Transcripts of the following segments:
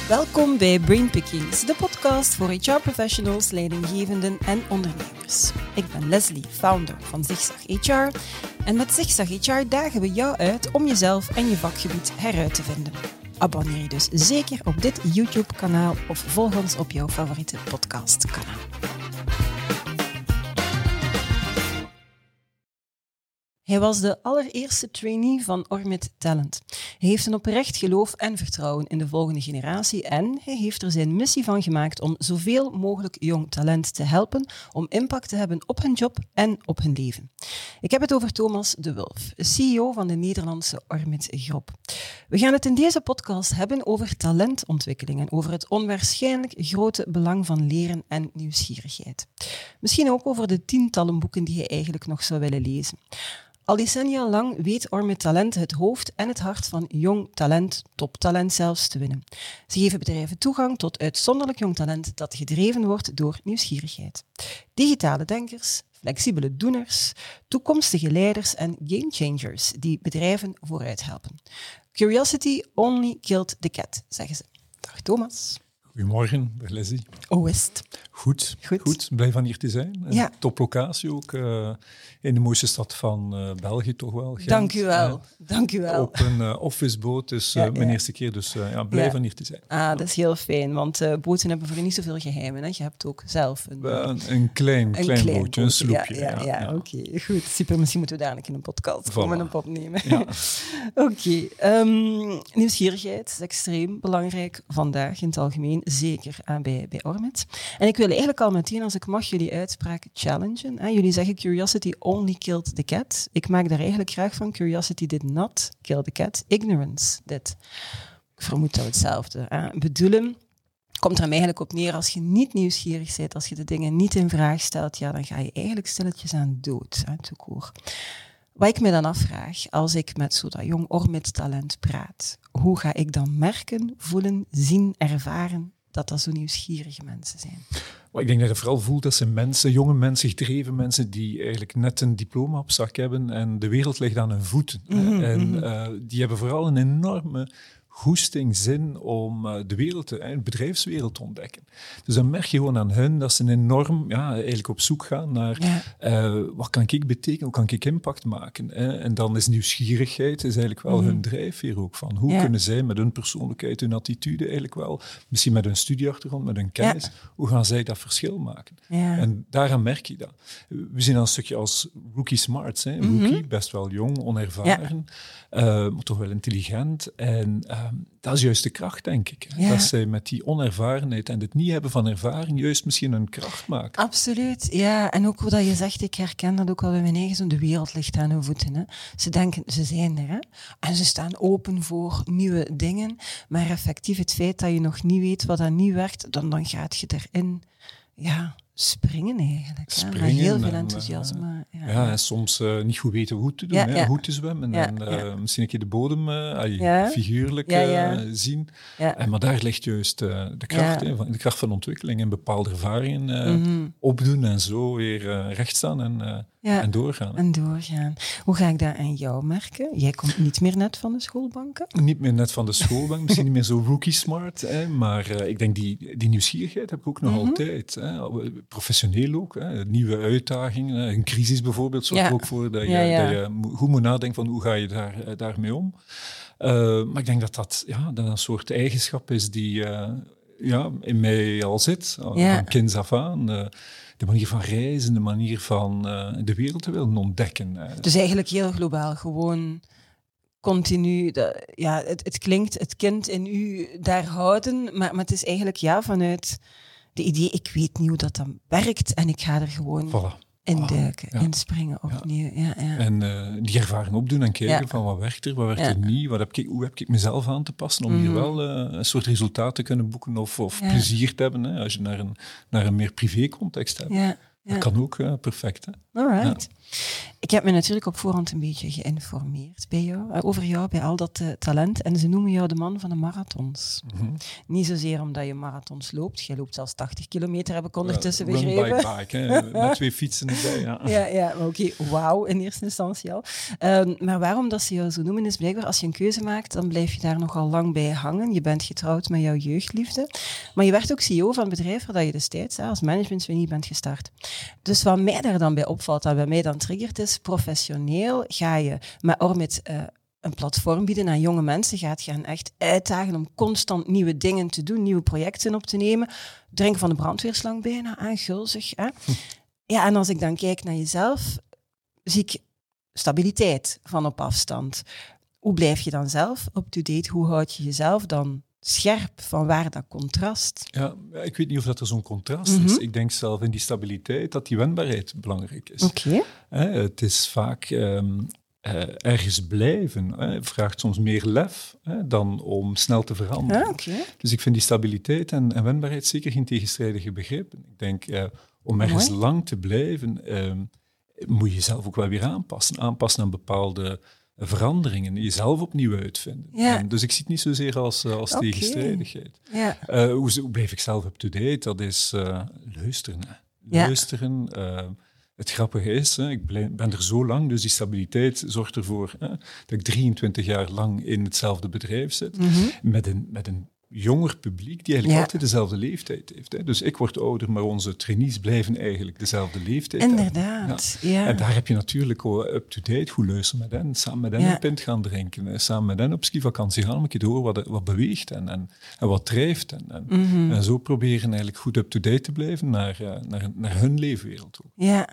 Welkom bij Brainpickings, de podcast voor HR-professionals, leidinggevenden en ondernemers. Ik ben Leslie, founder van Zigzag HR. En met Zigzag HR dagen we jou uit om jezelf en je vakgebied heruit te vinden. Abonneer je dus zeker op dit YouTube-kanaal of volg ons op jouw favoriete podcastkanaal. Hij was de allereerste trainee van Ormit Talent. Hij heeft een oprecht geloof en vertrouwen in de volgende generatie en hij heeft er zijn missie van gemaakt om zoveel mogelijk jong talent te helpen om impact te hebben op hun job en op hun leven. Ik heb het over Thomas de Wulf, CEO van de Nederlandse Ormit Groep. We gaan het in deze podcast hebben over talentontwikkeling en over het onwaarschijnlijk grote belang van leren en nieuwsgierigheid. Misschien ook over de tientallen boeken die je eigenlijk nog zou willen lezen. Al decennia lang weet Ormit Talent het hoofd en het hart van jong talent, toptalent zelfs, te winnen. Ze geven bedrijven toegang tot uitzonderlijk jong talent dat gedreven wordt door nieuwsgierigheid. Digitale denkers, flexibele doeners, toekomstige leiders en gamechangers die bedrijven vooruit helpen. Curiosity only killed the cat, zeggen ze. Dag Thomas. Goedemorgen, Leslie. Hoe is het? Goed. Blij van hier te zijn. Een toplocatie ook. In de mooiste stad van België toch wel. Gent. Dank u wel. Op een officeboot, dus mijn eerste keer. Dus blij van hier te zijn. Dat is heel fijn, want boten hebben voor je niet zoveel geheimen. Hè? Je hebt ook zelf een klein bootje, een sloepje. Oké, goed. Super, misschien moeten we daar een podcast komen en opnemen. Ja. Oké. Nieuwsgierigheid is extreem belangrijk vandaag in het algemeen. Zeker bij Ormit. En ik wil eigenlijk al meteen, als ik mag, jullie uitspraak challengen. Jullie zeggen curiosity only killed the cat. Ik maak daar eigenlijk graag van. Curiosity did not kill the cat. Ignorance did. Ik vermoed dat we hetzelfde bedoelen. Komt er hem eigenlijk op neer, als je niet nieuwsgierig bent, als je de dingen niet in vraag stelt, dan ga je eigenlijk stilletjes aan dood. Wat ik me dan afvraag, als ik met zo dat jong Ormit talent praat, hoe ga ik dan merken, voelen, zien, ervaren dat zo nieuwsgierige mensen zijn? Ik denk dat je vooral voelt dat ze mensen, jonge mensen, gedreven mensen, die eigenlijk net een diploma op zak hebben en de wereld ligt aan hun voeten. Die hebben vooral een enorme goesting, zin om de bedrijfswereld te ontdekken. Dus dan merk je gewoon aan hun dat ze enorm eigenlijk op zoek gaan naar wat kan ik betekenen, hoe kan ik impact maken. En dan is nieuwsgierigheid eigenlijk wel hun drijfveer ook van. Hoe kunnen zij met hun persoonlijkheid, hun attitude eigenlijk wel, misschien met hun studieachtergrond, met hun kennis, hoe gaan zij dat verschil maken? Ja. En daaraan merk je dat. We zien dan een stukje als rookie smarts. Een rookie, best wel jong, onervaren, maar toch wel intelligent en dat is juist de kracht, denk ik. Ja. Dat zij met die onervarenheid en het niet hebben van ervaring juist misschien een kracht maken. Absoluut, ja. En ook hoe dat je zegt, ik herken dat ook wel bij mijn eigen zoon, de wereld ligt aan hun voeten. Hè. Ze denken, ze zijn er. Hè. En ze staan open voor nieuwe dingen. Maar effectief het feit dat je nog niet weet wat dat niet werkt, dan gaat je erin springen eigenlijk. Met heel veel enthousiasme. En soms niet goed weten hoe te doen, hoe te zwemmen. En misschien een keer de bodem figuurlijk zien. Ja. Maar daar ligt juist de kracht, de kracht van ontwikkeling en bepaalde ervaringen opdoen en zo weer recht staan en doorgaan. Hoe ga ik dat aan jou merken? Jij komt niet meer net van de schoolbanken? Niet meer net van de schoolbank, misschien niet meer zo rookie smart, maar ik denk die nieuwsgierigheid heb ik ook nog altijd. Professioneel ook, nieuwe uitdagingen, een crisis bijvoorbeeld, zorgt er ook voor dat je goed moet nadenken van hoe ga je daarmee om. Maar ik denk dat een soort eigenschap is die in mij al zit, van kinds af aan. De manier van reizen, de manier van de wereld te willen ontdekken. Dus eigenlijk heel globaal, gewoon continu, het klinkt, het kind in u daar houden, maar het is eigenlijk vanuit de idee, ik weet niet hoe dat dan werkt en ik ga er gewoon induiken, inspringen opnieuw. Ja. En die ervaring opdoen en kijken van wat werkt er niet, hoe heb ik mezelf aan te passen om hier wel een soort resultaat te kunnen boeken of plezier te hebben, als je naar een meer privé context hebt. Dat kan ook perfect. Hè? Alright. Ja. Ik heb me natuurlijk op voorhand een beetje geïnformeerd bij jou, over jou, bij al dat talent. En ze noemen jou de man van de marathons. Mm-hmm. Niet zozeer omdat je marathons loopt. Jij loopt zelfs 80 kilometer, heb ik ondertussen Run, begrepen. bike, hè, met 2 fietsen erbij. Ja, maar oké, wauw, in eerste instantie al. Maar waarom dat ze jou zo noemen is blijkbaar, als je een keuze maakt, dan blijf je daar nogal lang bij hangen. Je bent getrouwd met jouw jeugdliefde. Maar je werd ook CEO van het bedrijf waar je destijds als managementtrainee bent gestart. Dus wat mij daar dan bij opvalt, en bij mij dan triggert, is professioneel ga je met Ormit een platform bieden aan jonge mensen, gaat je hen echt uitdagen om constant nieuwe dingen te doen, nieuwe projecten op te nemen. Drinken van de brandweerslang bijna aan, gulzig. Hè? Ja, en als ik dan kijk naar jezelf, zie ik stabiliteit van op afstand. Hoe blijf je dan zelf up-to-date? Hoe houd je jezelf dan scherp? Van waar dat contrast? Ja, ik weet niet of dat er zo'n contrast is. Ik denk zelf in die stabiliteit dat die wendbaarheid belangrijk is. Oké. Het is vaak ergens blijven. Vraagt soms meer lef dan om snel te veranderen. Dus ik vind die stabiliteit en wendbaarheid zeker geen tegenstrijdige begrippen. Ik denk, om ergens lang te blijven, moet je jezelf ook wel weer aanpassen. Aanpassen aan bepaalde veranderingen, jezelf opnieuw uitvinden. Ja. Dus ik zie het niet zozeer als tegenstrijdigheid. Ja. Hoe blijf ik zelf up-to-date? Dat is luisteren. Luisteren. Het grappige is, ik ben er zo lang, dus die stabiliteit zorgt ervoor dat ik 23 jaar lang in hetzelfde bedrijf zit, met een jonger publiek die eigenlijk altijd dezelfde leeftijd heeft. Dus ik word ouder, maar onze trainees blijven eigenlijk dezelfde leeftijd. Inderdaad, ja. En daar heb je natuurlijk up-to-date goed luisteren met hen, samen met hen een pint gaan drinken, samen met hen op skivakantie gaan, om een keer te horen wat beweegt en wat drijft. En zo proberen eigenlijk goed up-to-date te blijven naar hun leefwereld ook. Ja.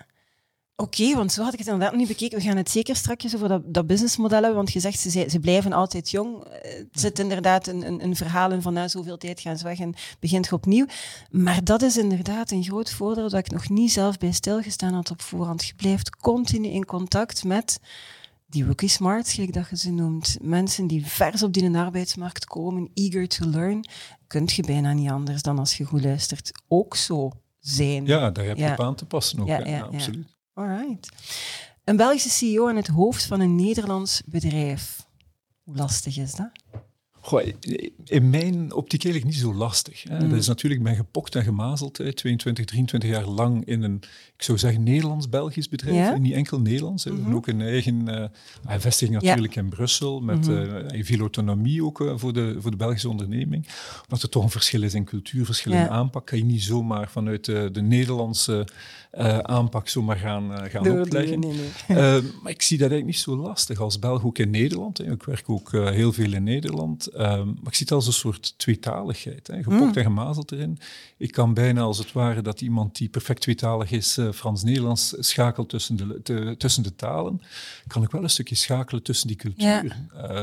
Oké, want zo had ik het inderdaad niet bekeken. We gaan het zeker straks over dat businessmodel hebben, want je zegt ze blijven altijd jong. Het zit inderdaad een verhaal in van na zoveel tijd gaan ze weg en begint je opnieuw. Maar dat is inderdaad een groot voordeel dat ik nog niet zelf bij stilgestaan had op voorhand. Je blijft continu in contact met die rookie smarts, gelijk dat je ze noemt. Mensen die vers op die arbeidsmarkt komen, eager to learn. Kunt je bijna niet anders dan als je goed luistert ook zo zijn. Ja, daar heb je op aan te passen ook. Absoluut. Alright. Een Belgische CEO aan het hoofd van een Nederlands bedrijf. Hoe lastig is dat? Goh, in mijn optiek eigenlijk niet zo lastig. Hè. Dat is natuurlijk, ik ben gepokt en gemazeld, 22, 23 jaar lang in een, ik zou zeggen, Nederlands-Belgisch bedrijf. Niet enkel Nederlands. Ook een eigen vestiging natuurlijk in Brussel, met veel autonomie ook voor de Belgische onderneming. Omdat er toch een verschil is in cultuur, verschil in aanpak, kan je niet zomaar vanuit de Nederlandse aanpak zomaar gaan opleggen. Nee. Maar ik zie dat eigenlijk niet zo lastig als Belg, ook in Nederland. Ik werk ook heel veel in Nederland. Maar ik zie het als een soort tweetaligheid. Gepokt en gemazeld erin. Ik kan bijna als het ware dat iemand die perfect tweetalig is, Frans-Nederlands, schakelt tussen de talen. Kan ik wel een stukje schakelen tussen die culturen.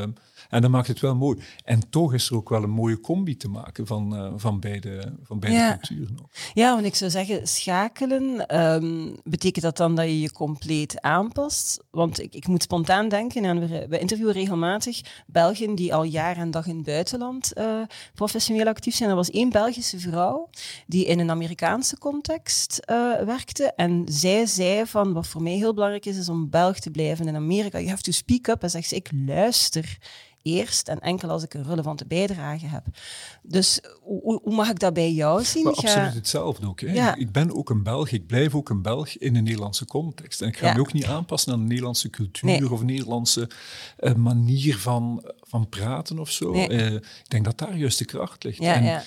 En dat maakt het wel mooi. En toch is er ook wel een mooie combi te maken van beide culturen. Ook. Ja, want ik zou zeggen, schakelen, betekent dat dan dat je je compleet aanpast? Want ik moet spontaan denken, en we interviewen regelmatig Belgen die al jaar en dag in het buitenland professioneel actief zijn. Er was 1 Belgische vrouw die in een Amerikaanse context werkte. En zij zei van, wat voor mij heel belangrijk is om Belg te blijven in Amerika. You have to speak up. En zegt ze, ik luister eerst en enkel als ik een relevante bijdrage heb. Dus hoe mag ik dat bij jou zien? Maar absoluut hetzelfde ook. Hè. Ja. Ik ben ook een Belg, ik blijf ook een Belg in een Nederlandse context. En ik ga me ook niet aanpassen aan een Nederlandse cultuur of een Nederlandse manier van praten of zo. Nee. Ik denk dat daar juist de kracht ligt.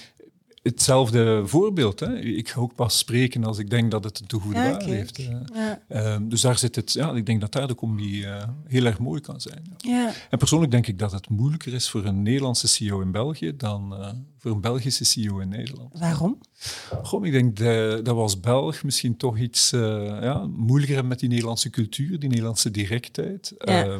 Hetzelfde voorbeeld. Hè. Ik ga ook pas spreken als ik denk dat het een te goede waarde heeft. Dus daar zit het. Ja, ik denk dat daar de combi heel erg mooi kan zijn. Ja. En persoonlijk denk ik dat het moeilijker is voor een Nederlandse CEO in België dan voor een Belgische CEO in Nederland. Waarom? Goh, ik denk dat we als Belg misschien toch iets moeilijker hebben met die Nederlandse cultuur, die Nederlandse directheid. Ja.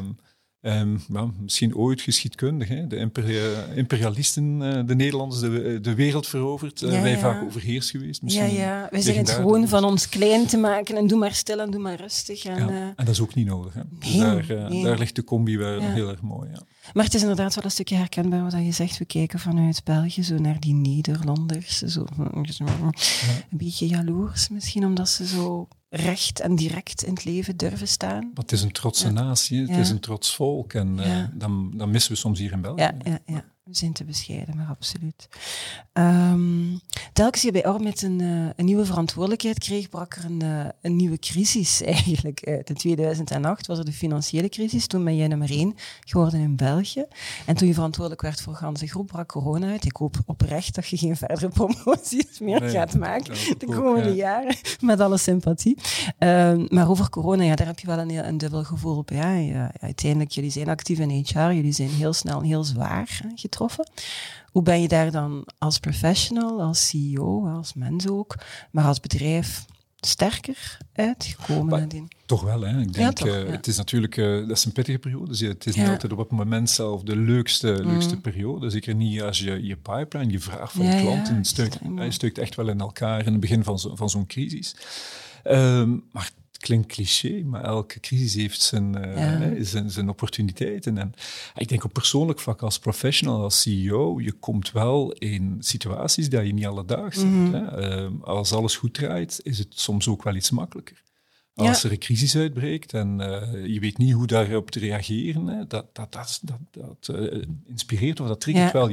Misschien ooit geschiedkundig. Hè? De imperialisten, de Nederlanders, de wereld veroverd. Wij vaak overheers geweest. Wij zeggen het gewoon van ons klein te maken en doe maar stil en doe maar rustig. En dat is ook niet nodig. Hè? Dus daar ligt de combi wel heel erg mooi. Ja. Maar het is inderdaad wel een stukje herkenbaar wat je zegt. We kijken vanuit België zo naar die Nederlanders. Zo, een beetje jaloers misschien, omdat ze zo recht en direct in het leven durven staan. Maar het is een trotse natie, het is een trots volk. En dan missen we soms hier in België. Ja. We zijn te bescheiden, maar absoluut. Telkens je bij Ormit een nieuwe verantwoordelijkheid kreeg, brak er een nieuwe crisis eigenlijk uit. In 2008 was er de financiële crisis. Toen ben jij nummer 1 geworden in België. En toen je verantwoordelijk werd voor de ganse groep, brak corona uit. Ik hoop oprecht dat je geen verdere promoties meer gaat maken de komende jaren. Met alle sympathie. Maar over corona, daar heb je wel een dubbel gevoel op. Uiteindelijk, jullie zijn actief in HR. Jullie zijn heel snel en heel zwaar getroffen. Hoe ben je daar dan als professional, als CEO, als mens ook, maar als bedrijf sterker uitgekomen? Toch wel, hè. Ik denk, het is natuurlijk, dat is een pittige periode. Dus het is niet altijd op het moment zelf de leukste periode. Zeker niet als je pipeline, je vraag van de klanten stuikt echt wel in elkaar in het begin van zo'n crisis. Maar klinkt cliché, maar elke crisis heeft zijn opportuniteiten. En ik denk op persoonlijk vlak als professional, als CEO, je komt wel in situaties die je niet alledaags hebt. Hè. Als alles goed draait, is het soms ook wel iets makkelijker. Als er een crisis uitbreekt en je weet niet hoe daarop te reageren, hè, dat inspireert of dat triggert wel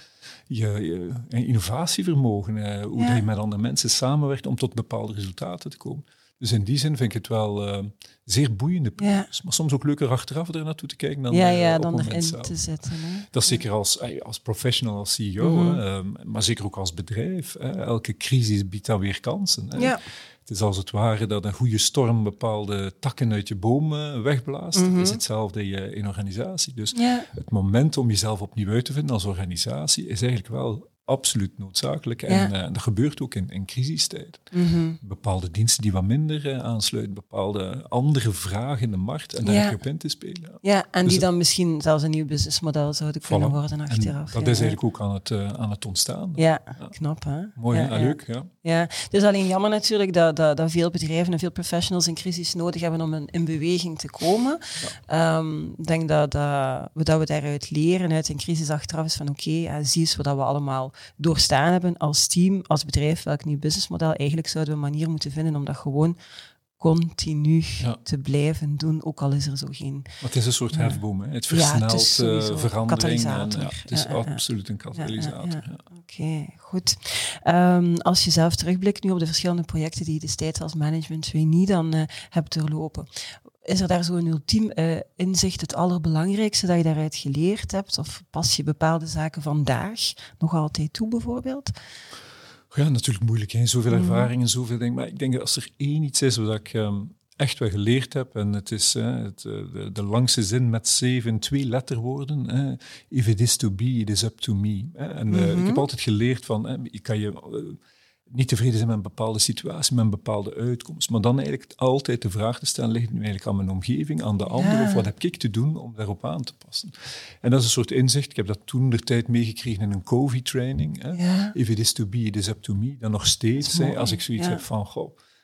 je innovatievermogen, hoe dat je met andere mensen samenwerkt om tot bepaalde resultaten te komen. Dus in die zin vind ik het wel zeer boeiende proces. Maar soms ook leuker achteraf er naartoe te kijken dan dan erin te zetten. Hè? Dat is zeker als professional, als CEO, maar zeker ook als bedrijf. Elke crisis biedt dan weer kansen. Hè. Ja. Het is als het ware dat een goede storm bepaalde takken uit je boom wegblaast. Het is hetzelfde in organisatie. Dus het moment om jezelf opnieuw uit te vinden als organisatie is eigenlijk wel absoluut noodzakelijk. En dat gebeurt ook in crisistijd. Bepaalde diensten die wat minder aansluiten, bepaalde andere vragen in de markt en daar heb je op in te spelen. Ja, en dus die dan misschien zelfs een nieuw businessmodel zouden kunnen worden achteraf. En dat is eigenlijk ook aan het ontstaan. Ja, knap hè? Mooi, leuk. Ja. Het is alleen jammer natuurlijk dat veel bedrijven en veel professionals in crisis nodig hebben om in beweging te komen. Ik denk dat we daaruit leren uit een crisis achteraf is van zie eens wat we allemaal doorstaan hebben als team, als bedrijf, welk nieuw businessmodel. Eigenlijk zouden we een manier moeten vinden om dat gewoon continu te blijven doen, ook al is er zo geen... Maar het is een soort hefboom, hè? Het versnelt verandering. Katalysator. Het is absoluut een katalysator. Oké, goed. Als je zelf terugblikt nu op de verschillende projecten die je destijds als management trainee dan hebt doorlopen, is er daar zo'n ultiem inzicht het allerbelangrijkste dat je daaruit geleerd hebt? Of pas je bepaalde zaken vandaag nog altijd toe, bijvoorbeeld? Ja, natuurlijk moeilijk. Hè? Zoveel ervaringen, zoveel dingen. Maar ik denk dat als er één iets is wat ik echt wel geleerd heb, en het is de langste zin met 7 2-letterwoorden. If it is to be, it is up to me. En ik heb altijd geleerd van, je kan je niet tevreden zijn met een bepaalde situatie, met een bepaalde uitkomst. Maar dan eigenlijk altijd de vraag te stellen, ligt het nu eigenlijk aan mijn omgeving, aan de ander, of wat heb ik te doen om daarop aan te passen? En dat is een soort inzicht. Ik heb dat toen de tijd meegekregen in een COVID-training. If it is to be, it is up to me. Dan nog steeds, als ik zoiets heb van,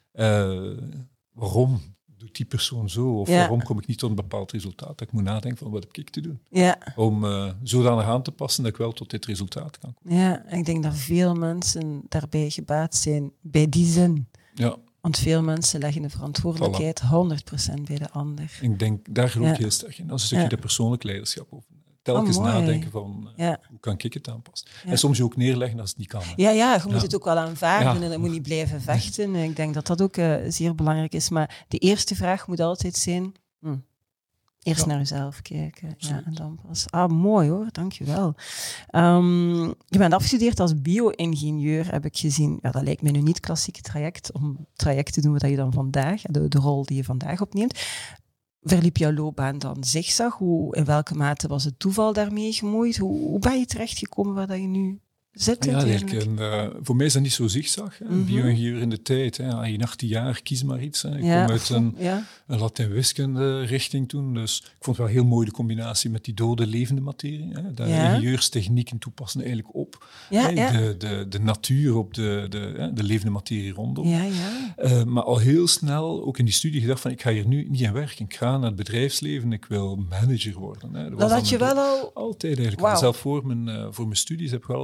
waarom doet die persoon zo? Of waarom kom ik niet tot een bepaald resultaat? Dat ik moet nadenken van, wat heb ik te doen? Om zodanig aan te passen dat ik wel tot dit resultaat kan komen. Ja, ik denk dat veel mensen daarbij gebaat zijn, bij die zin. Ja. Want veel mensen leggen de verantwoordelijkheid 100% bij de ander. Ik denk, daar geloof ik heel sterk in. Dat is een stukje de persoonlijk leiderschap over. Telkens nadenken van, hoe kan ik het aanpassen? Ja. En soms je ook neerleggen als het niet kan. Hè. Je moet het ook wel aanvaarden en het moet niet blijven vechten. Ik denk dat dat ook zeer belangrijk is. Maar de eerste vraag moet altijd zijn, eerst naar jezelf kijken. Ja, en dan pas. Mooi hoor, dankjewel. Je bent afgestudeerd als bio-ingenieur, heb ik gezien. Ja, dat lijkt me nu niet het klassieke traject om traject te doen wat je dan vandaag, de rol die je vandaag opneemt. Verliep jouw loopbaan dan zigzag? In welke mate was het toeval daarmee gemoeid? Hoe ben je terechtgekomen waar dat je nu zit? Voor mij is dat niet zo zigzag. Bio-ingenieur in de tijd. Hè. Je 18 jaar, kies maar iets. Hè. Ik kom uit een Latijn-wiskunde richting toen. Dus ik vond het wel heel mooi de combinatie met die dode levende materie. Hè. Daar ingenieurstechnieken toepassen eigenlijk op. De natuur op de levende materie rondom. Maar al heel snel, ook in die studie, gedacht van ik ga hier nu niet aan werken. Ik ga naar het bedrijfsleven, ik wil manager worden. Hè. Dat had je wel al... Altijd eigenlijk. Wow. Zelf voor mijn studies heb ik wel altijd gezegd, ik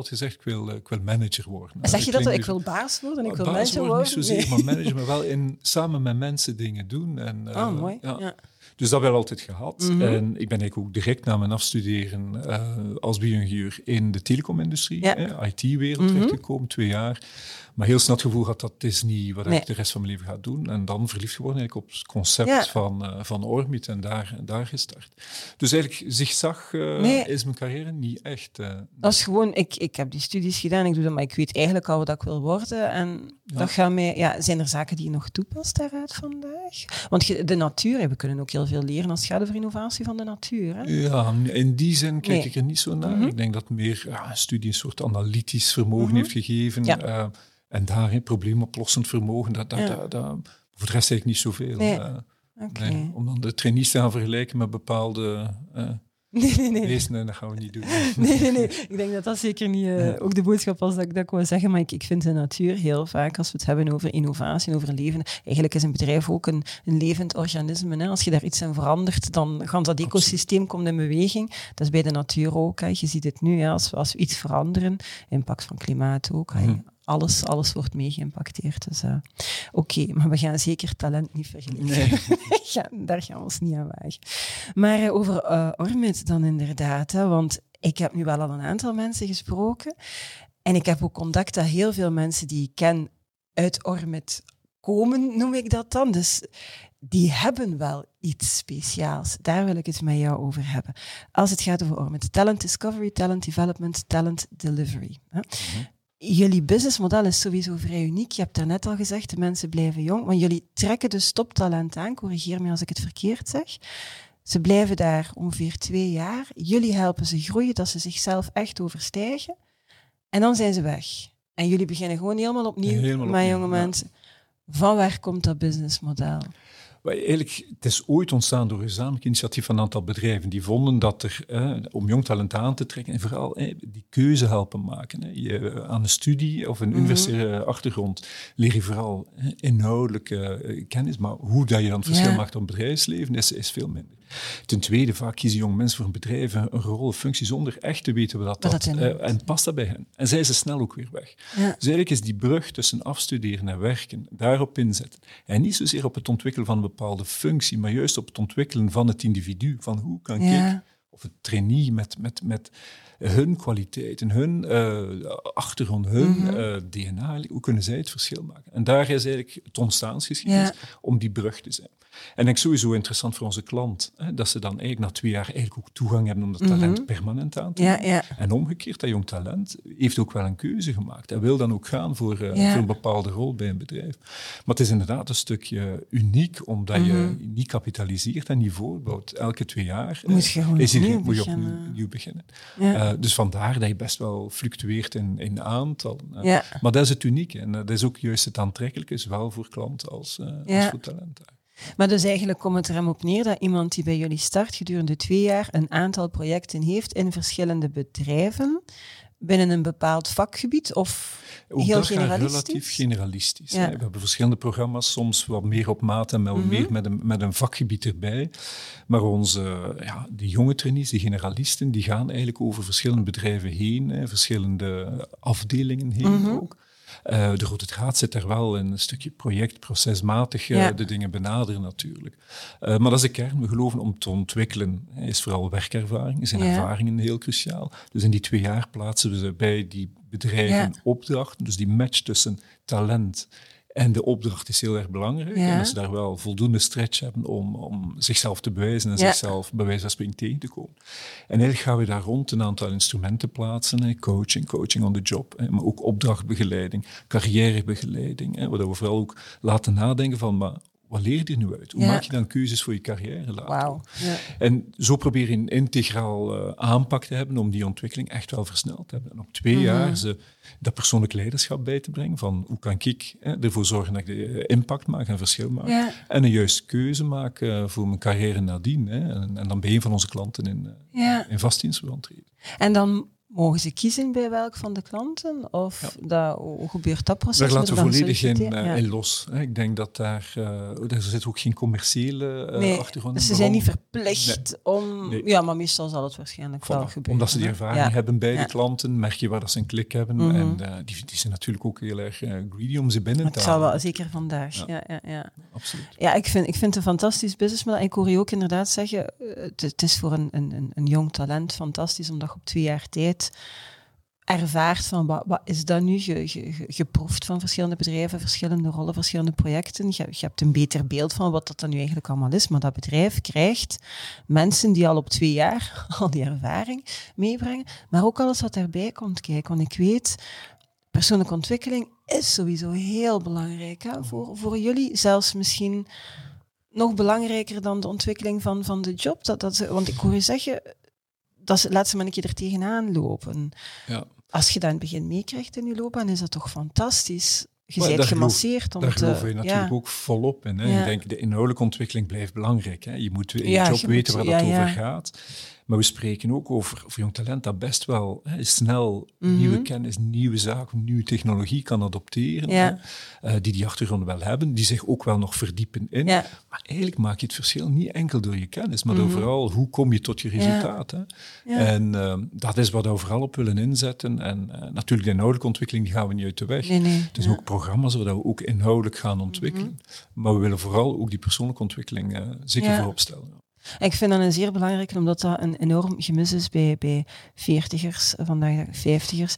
ik wil manager worden. Zeg je dat? Ik wil baas worden, ik wil manager worden? Niet zozeer, maar manager, maar wel samen met mensen dingen doen. En, mooi. Ja. Dus dat hebben we altijd gehad. En ik ben eigenlijk ook direct na mijn afstuderen als bio-ingenieur in de telecomindustrie, IT-wereld terechtgekomen, 2 jaar. Maar heel snel het gevoel had dat is niet wat ik de rest van mijn leven ga doen. En dan verliefd geworden eigenlijk op het concept van Ormit en daar gestart. Dus eigenlijk zigzag is mijn carrière niet echt. Dat is gewoon, ik heb die studies gedaan, ik doe dat, maar ik weet eigenlijk al wat ik wil worden. En dat gaat mij, zijn er zaken die je nog toepast daaruit vandaag? Want de natuur, we kunnen ook heel veel leren als het gaat over innovatie van de natuur. Hè? Ja, in die zin kijk ik er niet zo naar. Ik denk dat meer een studie een soort analytisch vermogen heeft gegeven. Ja. En daar probleemoplossend vermogen, dat voor de rest eigenlijk niet zoveel. Nee, om dan de trainees te gaan vergelijken met bepaalde wezen, dat gaan we niet doen. Nee. Ik denk dat zeker niet ook de boodschap was dat ik wou zeggen, maar ik vind de natuur heel vaak, als we het hebben over innovatie, over leven, eigenlijk is een bedrijf ook een levend organisme. Hè. Als je daar iets aan verandert, dan gaat dat ecosysteem komt in beweging. Dat is bij de natuur ook. Hè. Je ziet het nu, als we iets veranderen, impact van klimaat ook. Alles wordt mee geïmpacteerd. Dus, Oké, maar we gaan zeker talent niet vergelijken. Nee. Daar gaan we ons niet aan wagen. Maar over Ormit dan inderdaad. Hè, want ik heb nu wel al een aantal mensen gesproken. En ik heb ook contact dat heel veel mensen die ik ken uit Ormit komen, noem ik dat dan. Dus die hebben wel iets speciaals. Daar wil ik het met jou over hebben. Als het gaat over Ormit. Talent discovery, talent development, talent delivery. Hè. Jullie businessmodel is sowieso vrij uniek. Je hebt daarnet al gezegd, de mensen blijven jong. Want jullie trekken dus toptalent aan. Corrigeer me als ik het verkeerd zeg. Ze blijven daar ongeveer 2 jaar. Jullie helpen ze groeien, dat ze zichzelf echt overstijgen. En dan zijn ze weg. En jullie beginnen gewoon helemaal opnieuw met jonge mensen. Van waar komt dat businessmodel? Eigenlijk, het is ooit ontstaan door een gezamenlijk initiatief van een aantal bedrijven. Die vonden dat er, om jong talent aan te trekken, en vooral die keuze helpen maken. Aan een studie of een universitaire achtergrond leer je vooral inhoudelijke kennis, maar hoe dat je dan het verschil maakt op het bedrijfsleven is veel minder. Ten tweede, vaak kiezen jonge mensen voor een bedrijf een rol of functie zonder echt te weten wat dat en past dat bij hen. En zijn ze snel ook weer weg. Ja. Dus eigenlijk is die brug tussen afstuderen en werken, daarop inzetten. En niet zozeer op het ontwikkelen van een bepaalde functie, maar juist op het ontwikkelen van het individu. Van hoe kan ik, of het trainee met hun kwaliteiten, hun achtergrond, hun DNA, hoe kunnen zij het verschil maken? En daar is eigenlijk het ontstaansgeschiedenis om die brug te zijn. En ik denk sowieso interessant voor onze klant, dat ze dan eigenlijk na 2 jaar eigenlijk ook toegang hebben om dat talent permanent aan te doen. Ja. En omgekeerd, dat jong talent heeft ook wel een keuze gemaakt. En wil dan ook gaan voor een bepaalde rol bij een bedrijf. Maar het is inderdaad een stukje uniek, omdat je niet kapitaliseert en niet voorbouwt. Elke 2 jaar moet je opnieuw beginnen. Ja. Dus vandaar dat je best wel fluctueert in aantallen. Maar dat is het unieke. En dat is ook juist het aantrekkelijke, zowel voor klanten als voor talenten. Maar dus eigenlijk komt het er hem op neer dat iemand die bij jullie start gedurende 2 jaar een aantal projecten heeft in verschillende bedrijven binnen een bepaald vakgebied of ook heel dat generalistisch? Relatief generalistisch. Ja. We hebben verschillende programma's, soms wat meer op maat en meer met een vakgebied erbij. Maar onze die jonge trainees, die generalisten, die gaan eigenlijk over verschillende bedrijven heen, verschillende afdelingen heen ook. De Rode Draad zit daar wel in een stukje project, procesmatig de dingen benaderen natuurlijk. Maar dat is de kern. We geloven om te ontwikkelen is vooral werkervaring, zijn ervaringen heel cruciaal. Dus in die 2 jaar plaatsen we ze bij die bedrijven opdrachten. Dus die match tussen talent en de opdracht is heel erg belangrijk. En dat ze daar wel voldoende stretch hebben om zichzelf te bewijzen en zichzelf bij wijze van spreken tegen te komen. En eigenlijk gaan we daar rond een aantal instrumenten plaatsen. Coaching on the job, maar ook opdrachtbegeleiding, carrièrebegeleiding. Waar we vooral ook laten nadenken van, maar wat leer je er nu uit? Hoe maak je dan keuzes voor je carrière later? Wow. Ja. En zo probeer je een integraal aanpak te hebben om die ontwikkeling echt wel versneld te hebben. En op 2 jaar dat persoonlijk leiderschap bij te brengen van hoe kan ik ervoor zorgen dat ik de impact maak en verschil maak. Ja. En een juiste keuze maken voor mijn carrière nadien. En dan bij een van onze klanten in vastdienstverband treden. En dan Mogen ze kiezen bij welk van de klanten? Of hoe gebeurt dat proces? Daar laten we volledig in los. Ik denk dat daar zit ook geen commerciële achtergrond in. Dus ze zijn niet verplicht om... Nee. Ja, maar meestal zal het waarschijnlijk wel gebeuren. Omdat ze die ervaring hebben bij de klanten, merk je waar dat ze een klik hebben. Mm-hmm. En die zijn natuurlijk ook heel erg greedy om ze binnen te halen. Het zal wel, zeker vandaag. Ja. Absoluut. Ja, ik vind het een fantastisch businessmodel. Ik hoor je ook inderdaad zeggen, het is voor een jong talent fantastisch, omdat je op 2 jaar tijd ervaart van wat is dat nu, geproefd van verschillende bedrijven, verschillende rollen, verschillende projecten. Je hebt een beter beeld van wat dat dan nu eigenlijk allemaal is, maar dat bedrijf krijgt mensen die al op 2 jaar al die ervaring meebrengen, maar ook alles wat daarbij komt kijken. Want ik weet, persoonlijke ontwikkeling is sowieso heel belangrijk hè? Voor jullie, zelfs misschien nog belangrijker dan de ontwikkeling van de job. Want ik hoor je zeggen, laat ze maar een keer er tegenaan lopen. Ja. Als je dat in het begin meekrijgt in je loopbaan, is dat toch fantastisch. Je bent gemasseerd. Daar geloven we natuurlijk ook volop in. Hè. Ja. Ik denk, de inhoudelijke ontwikkeling blijft belangrijk. Hè. Je moet in je job weten waar dat over gaat. Maar we spreken ook over jong talent dat best wel snel nieuwe kennis, nieuwe zaken, nieuwe technologie kan adopteren. Ja. Die achtergrond wel hebben, die zich ook wel nog verdiepen in. Ja. Maar eigenlijk maak je het verschil niet enkel door je kennis, maar door vooral hoe kom je tot je resultaat. Ja. Hè? Ja. En dat is wat we vooral op willen inzetten. En natuurlijk de inhoudelijke ontwikkeling die gaan we niet uit de weg. Nee. Dus ook programma's waar we ook inhoudelijk gaan ontwikkelen. Maar we willen vooral ook die persoonlijke ontwikkeling zeker voorop stellen. Ik vind dat een zeer belangrijke, omdat dat een enorm gemis is bij 40ers, vandaag 50ers.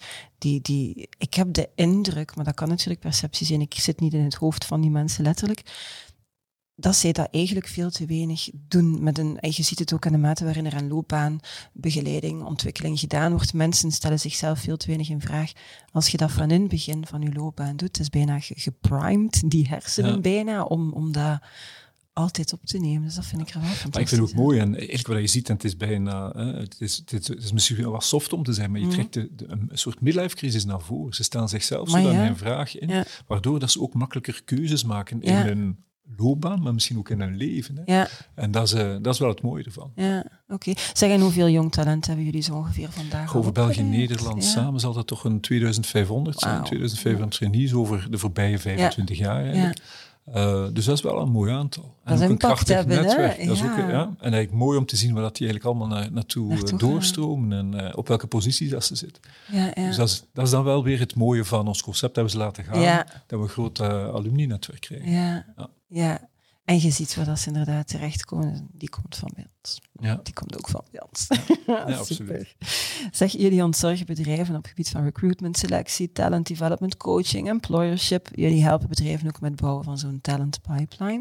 Ik heb de indruk, maar dat kan natuurlijk perceptie zijn, ik zit niet in het hoofd van die mensen letterlijk, dat zij dat eigenlijk veel te weinig doen. En je ziet het ook aan de mate waarin er aan loopbaanbegeleiding, ontwikkeling gedaan wordt. Mensen stellen zichzelf veel te weinig in vraag. Als je dat van in het begin van je loopbaan doet, is bijna geprimed, die hersenen bijna, om dat altijd op te nemen. Dus dat vind ik er wel fantastisch. Maar ik vind het ook mooi. En eigenlijk wat je ziet, en het is bijna... Het is misschien wel wat soft om te zijn, maar je trekt een soort midlife-crisis naar voren. Ze stellen zichzelf zodanig in vraag in, waardoor dat ze ook makkelijker keuzes maken in hun loopbaan, maar misschien ook in hun leven. Hè. Ja. En dat is wel het mooie ervan. Ja, oké. Zeg, en hoeveel jong talent hebben jullie zo ongeveer vandaag? Over België en Nederland samen zal dat toch een 2500 zijn, 2500 trainees over de voorbije 25 jaar eigenlijk. Dus dat is wel een mooi aantal. Dat is een krachtig netwerk. Dat is ook, en eigenlijk mooi om te zien waar dat die eigenlijk allemaal naartoe doorstromen en op welke posities dat ze zitten. Dus dat is dan wel weer het mooie van ons concept dat we ze laten gaan, dat we een groot alumni-netwerk krijgen. Ja. En je ziet waar dat ze inderdaad terechtkomen. Die komt van bij ons. Ja. Die komt ook van bij ons. Ja, absoluut. Zeg, jullie ontzorgen bedrijven op het gebied van recruitment, selectie, talent development, coaching, employership. Jullie helpen bedrijven ook met het bouwen van zo'n talent pipeline.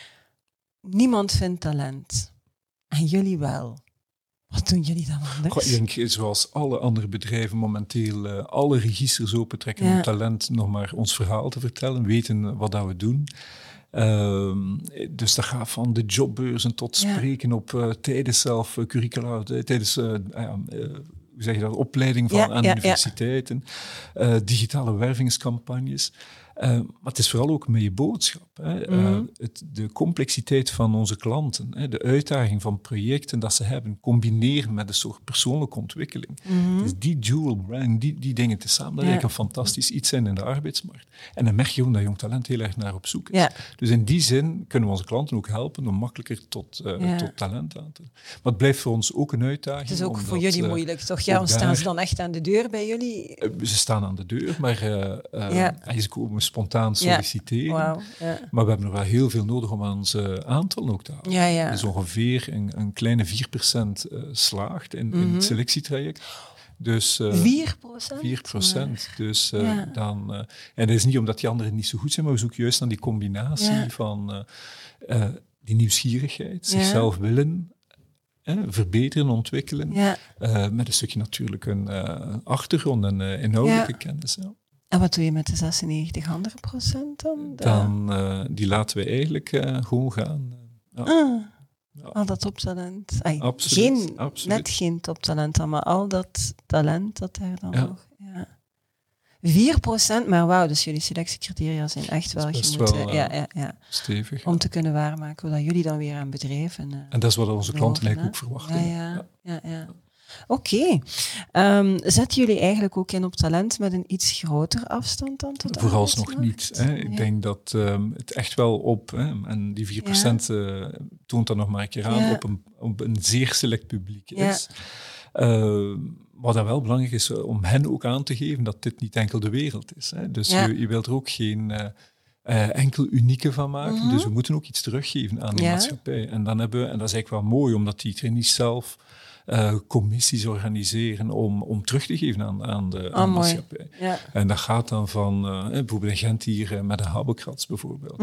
Niemand vindt talent. En jullie wel. Wat doen jullie dan anders? Ik denk, zoals alle andere bedrijven momenteel alle registers opentrekken om talent nog maar ons verhaal te vertellen, weten wat dat we doen. Dus dat gaat van de jobbeurzen tot spreken op tijdens curricula, tijdens hoe zeg je dat, opleiding aan universiteiten, digitale wervingscampagnes. Maar het is vooral ook met je boodschap. Hè. De complexiteit van onze klanten, de uitdaging van projecten dat ze hebben, combineren met een soort persoonlijke ontwikkeling. Dus die dual brand, die dingen tezamen, dat eigenlijk een fantastisch iets zijn in de arbeidsmarkt. En dan merk je gewoon dat jong talent heel erg naar op zoek is. Ja. Dus in die zin kunnen we onze klanten ook helpen om makkelijker tot talent aan te... Maar het blijft voor ons ook een uitdaging. Het is ook voor jullie moeilijk, toch? Ja, staan ze dan echt aan de deur bij jullie? Ze staan aan de deur, maar ze komen spontaan solliciteren. Wow. Ja. Maar we hebben nog wel heel veel nodig om aan ons aantal ook te houden. Dus ongeveer een kleine 4% slaagt in het selectietraject. Dus, 4%? 4%. Dus dan... en dat is niet omdat die anderen niet zo goed zijn, maar we zoeken juist naar die combinatie van die nieuwsgierigheid, zichzelf willen, verbeteren, ontwikkelen, met een stukje natuurlijk een achtergrond en inhoudelijke kennis. Ja. En wat doe je met de 96 andere procent dan? Die laten we eigenlijk gewoon gaan. Al dat toptalent. Absoluut. Net geen toptalent dan, maar al dat talent dat daar dan nog... Ja. 4%, maar wauw, dus jullie selectiecriteria zijn echt wel... Stevig. Om te kunnen waarmaken hoe dat jullie dan weer aan bedrijven... en dat is wat onze klanten eigenlijk ook verwachten. Ja. Oké. Zetten jullie eigenlijk ook in op talent met een iets groter afstand dan tot vooralsnog niet. Hè. Ik denk dat het echt wel op, en die 4% toont dat nog maar een keer aan, op een zeer select publiek is. Wat dan wel belangrijk is om hen ook aan te geven dat dit niet enkel de wereld is. Hè. Dus je wilt er ook geen enkel unieke van maken. Dus we moeten ook iets teruggeven aan de maatschappij. En dan hebben we, en dat is eigenlijk wel mooi, omdat die trainees zelf commissies organiseren om terug te geven aan de maatschappij. Ja. En dat gaat dan van bijvoorbeeld in Gent hier met een Habokrats bijvoorbeeld.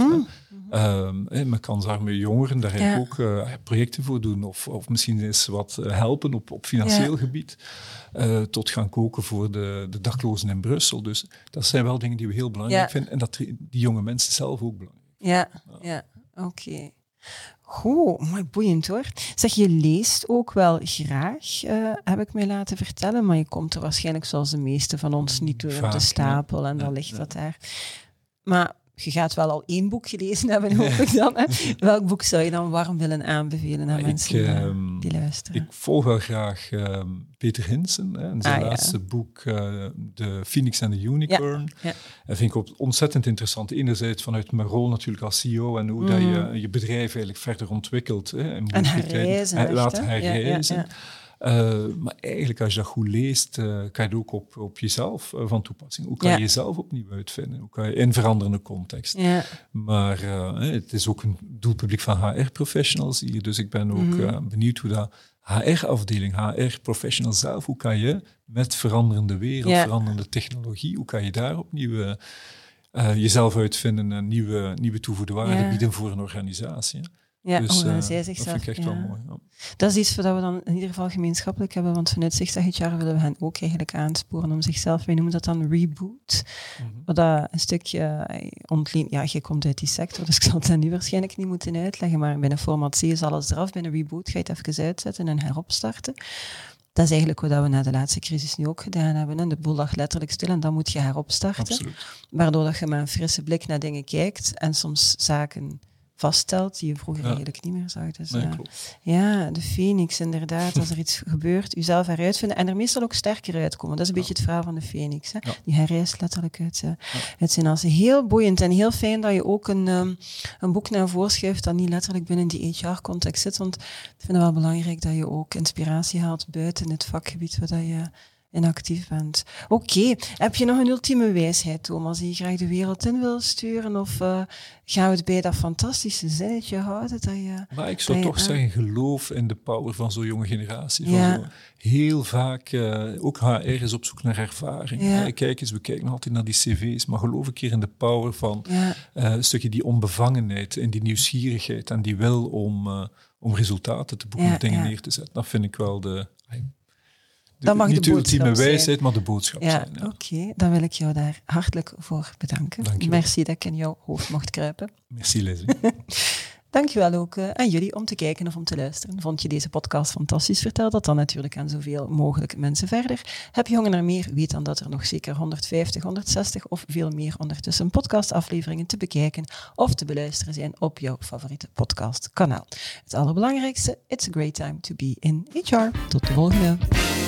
Met kansarme jongeren, daar heb ik ook projecten voor doen. Of misschien eens wat helpen op financieel gebied. Tot gaan koken voor de daklozen in Brussel. Dus dat zijn wel dingen die we heel belangrijk vinden. En dat die jonge mensen zelf ook belangrijk vinden. Ja, oké. Goed, mooi boeiend hoor. Zeg, je leest ook wel graag, heb ik mij laten vertellen, maar je komt er waarschijnlijk zoals de meeste van ons niet door op de stapel en dan ligt dat daar. Maar je gaat wel al 1 boek gelezen hebben, hoop ik dan. Hè? Welk boek zou je dan warm willen aanbevelen aan mensen die luisteren? Ik volg wel graag Peter Hinsen. En zijn laatste boek, The Phoenix and the Unicorn. Dat vind ik ontzettend interessant. Enerzijds vanuit mijn rol natuurlijk als CEO en hoe dat je bedrijf eigenlijk verder ontwikkelt. En herreizen. Laat herreizen. Maar eigenlijk, als je dat goed leest, kan je het ook op jezelf van toepassing. Hoe kan je jezelf opnieuw uitvinden? Hoe kan je in veranderende context? Ja. Maar het is ook een doelpubliek van HR-professionals hier. Dus ik ben ook benieuwd hoe dat HR-afdeling, HR-professional zelf, hoe kan je met veranderende wereld, veranderende technologie, hoe kan je daar opnieuw jezelf uitvinden en nieuwe toegevoegde waarde bieden voor een organisatie? Ja, dus zij dat vind ik echt wel mooi. Ja. Dat is iets wat we dan in ieder geval gemeenschappelijk hebben, want vanuit Zigzag HR willen we hen ook eigenlijk aansporen om zichzelf, wij noemen dat dan reboot, wat dat een stukje ontleent. Ja, je komt uit die sector, dus ik zal het nu waarschijnlijk niet moeten uitleggen, maar binnen Format C is alles eraf, binnen reboot ga je het even uitzetten en heropstarten. Dat is eigenlijk wat we na de laatste crisis nu ook gedaan hebben. En de boel lag letterlijk stil en dan moet je heropstarten. Absoluut. Waardoor dat je met een frisse blik naar dingen kijkt en soms zaken vaststelt die je vroeger eigenlijk niet meer zag. Dus, de Phoenix, inderdaad. Als er iets gebeurt, jezelf eruit vinden en er meestal ook sterker uitkomen. Dat is een beetje het verhaal van de Phoenix. Hè? Ja. Die herrijst letterlijk uit zijn as. Heel boeiend en heel fijn dat je ook een boek naar voren schuift dat niet letterlijk binnen die HR-context zit. Want ik vind het wel belangrijk dat je ook inspiratie haalt buiten het vakgebied waar je en actief bent. Oké. Heb je nog een ultieme wijsheid, Thomas, die je graag de wereld in wil sturen? Of gaan we het bij dat fantastische zinnetje houden? Dat je, maar ik zou toch zeggen, geloof in de power van zo'n jonge generatie. Van heel vaak, ook HR is op zoek naar ervaring. Ja. Kijk eens, we kijken nog altijd naar die cv's, maar geloof een keer in de power van een stukje die onbevangenheid en die nieuwsgierigheid en die wil om resultaten te boeken of dingen neer te zetten. Dat vind ik wel dat mag niet de ultieme wijsheid, maar de boodschap zijn. Ja. Oké, dan wil ik jou daar hartelijk voor bedanken. Dankjewel. Merci dat ik in jouw hoofd mocht kruipen. Merci, Leslie. Dankjewel ook aan jullie om te kijken of om te luisteren. Vond je deze podcast fantastisch? Vertel dat dan natuurlijk aan zoveel mogelijk mensen verder. Heb je honger naar meer? Weet dan dat er nog zeker 150, 160 of veel meer ondertussen podcastafleveringen te bekijken of te beluisteren zijn op jouw favoriete podcastkanaal. Het allerbelangrijkste, it's a great time to be in HR. Tot de volgende.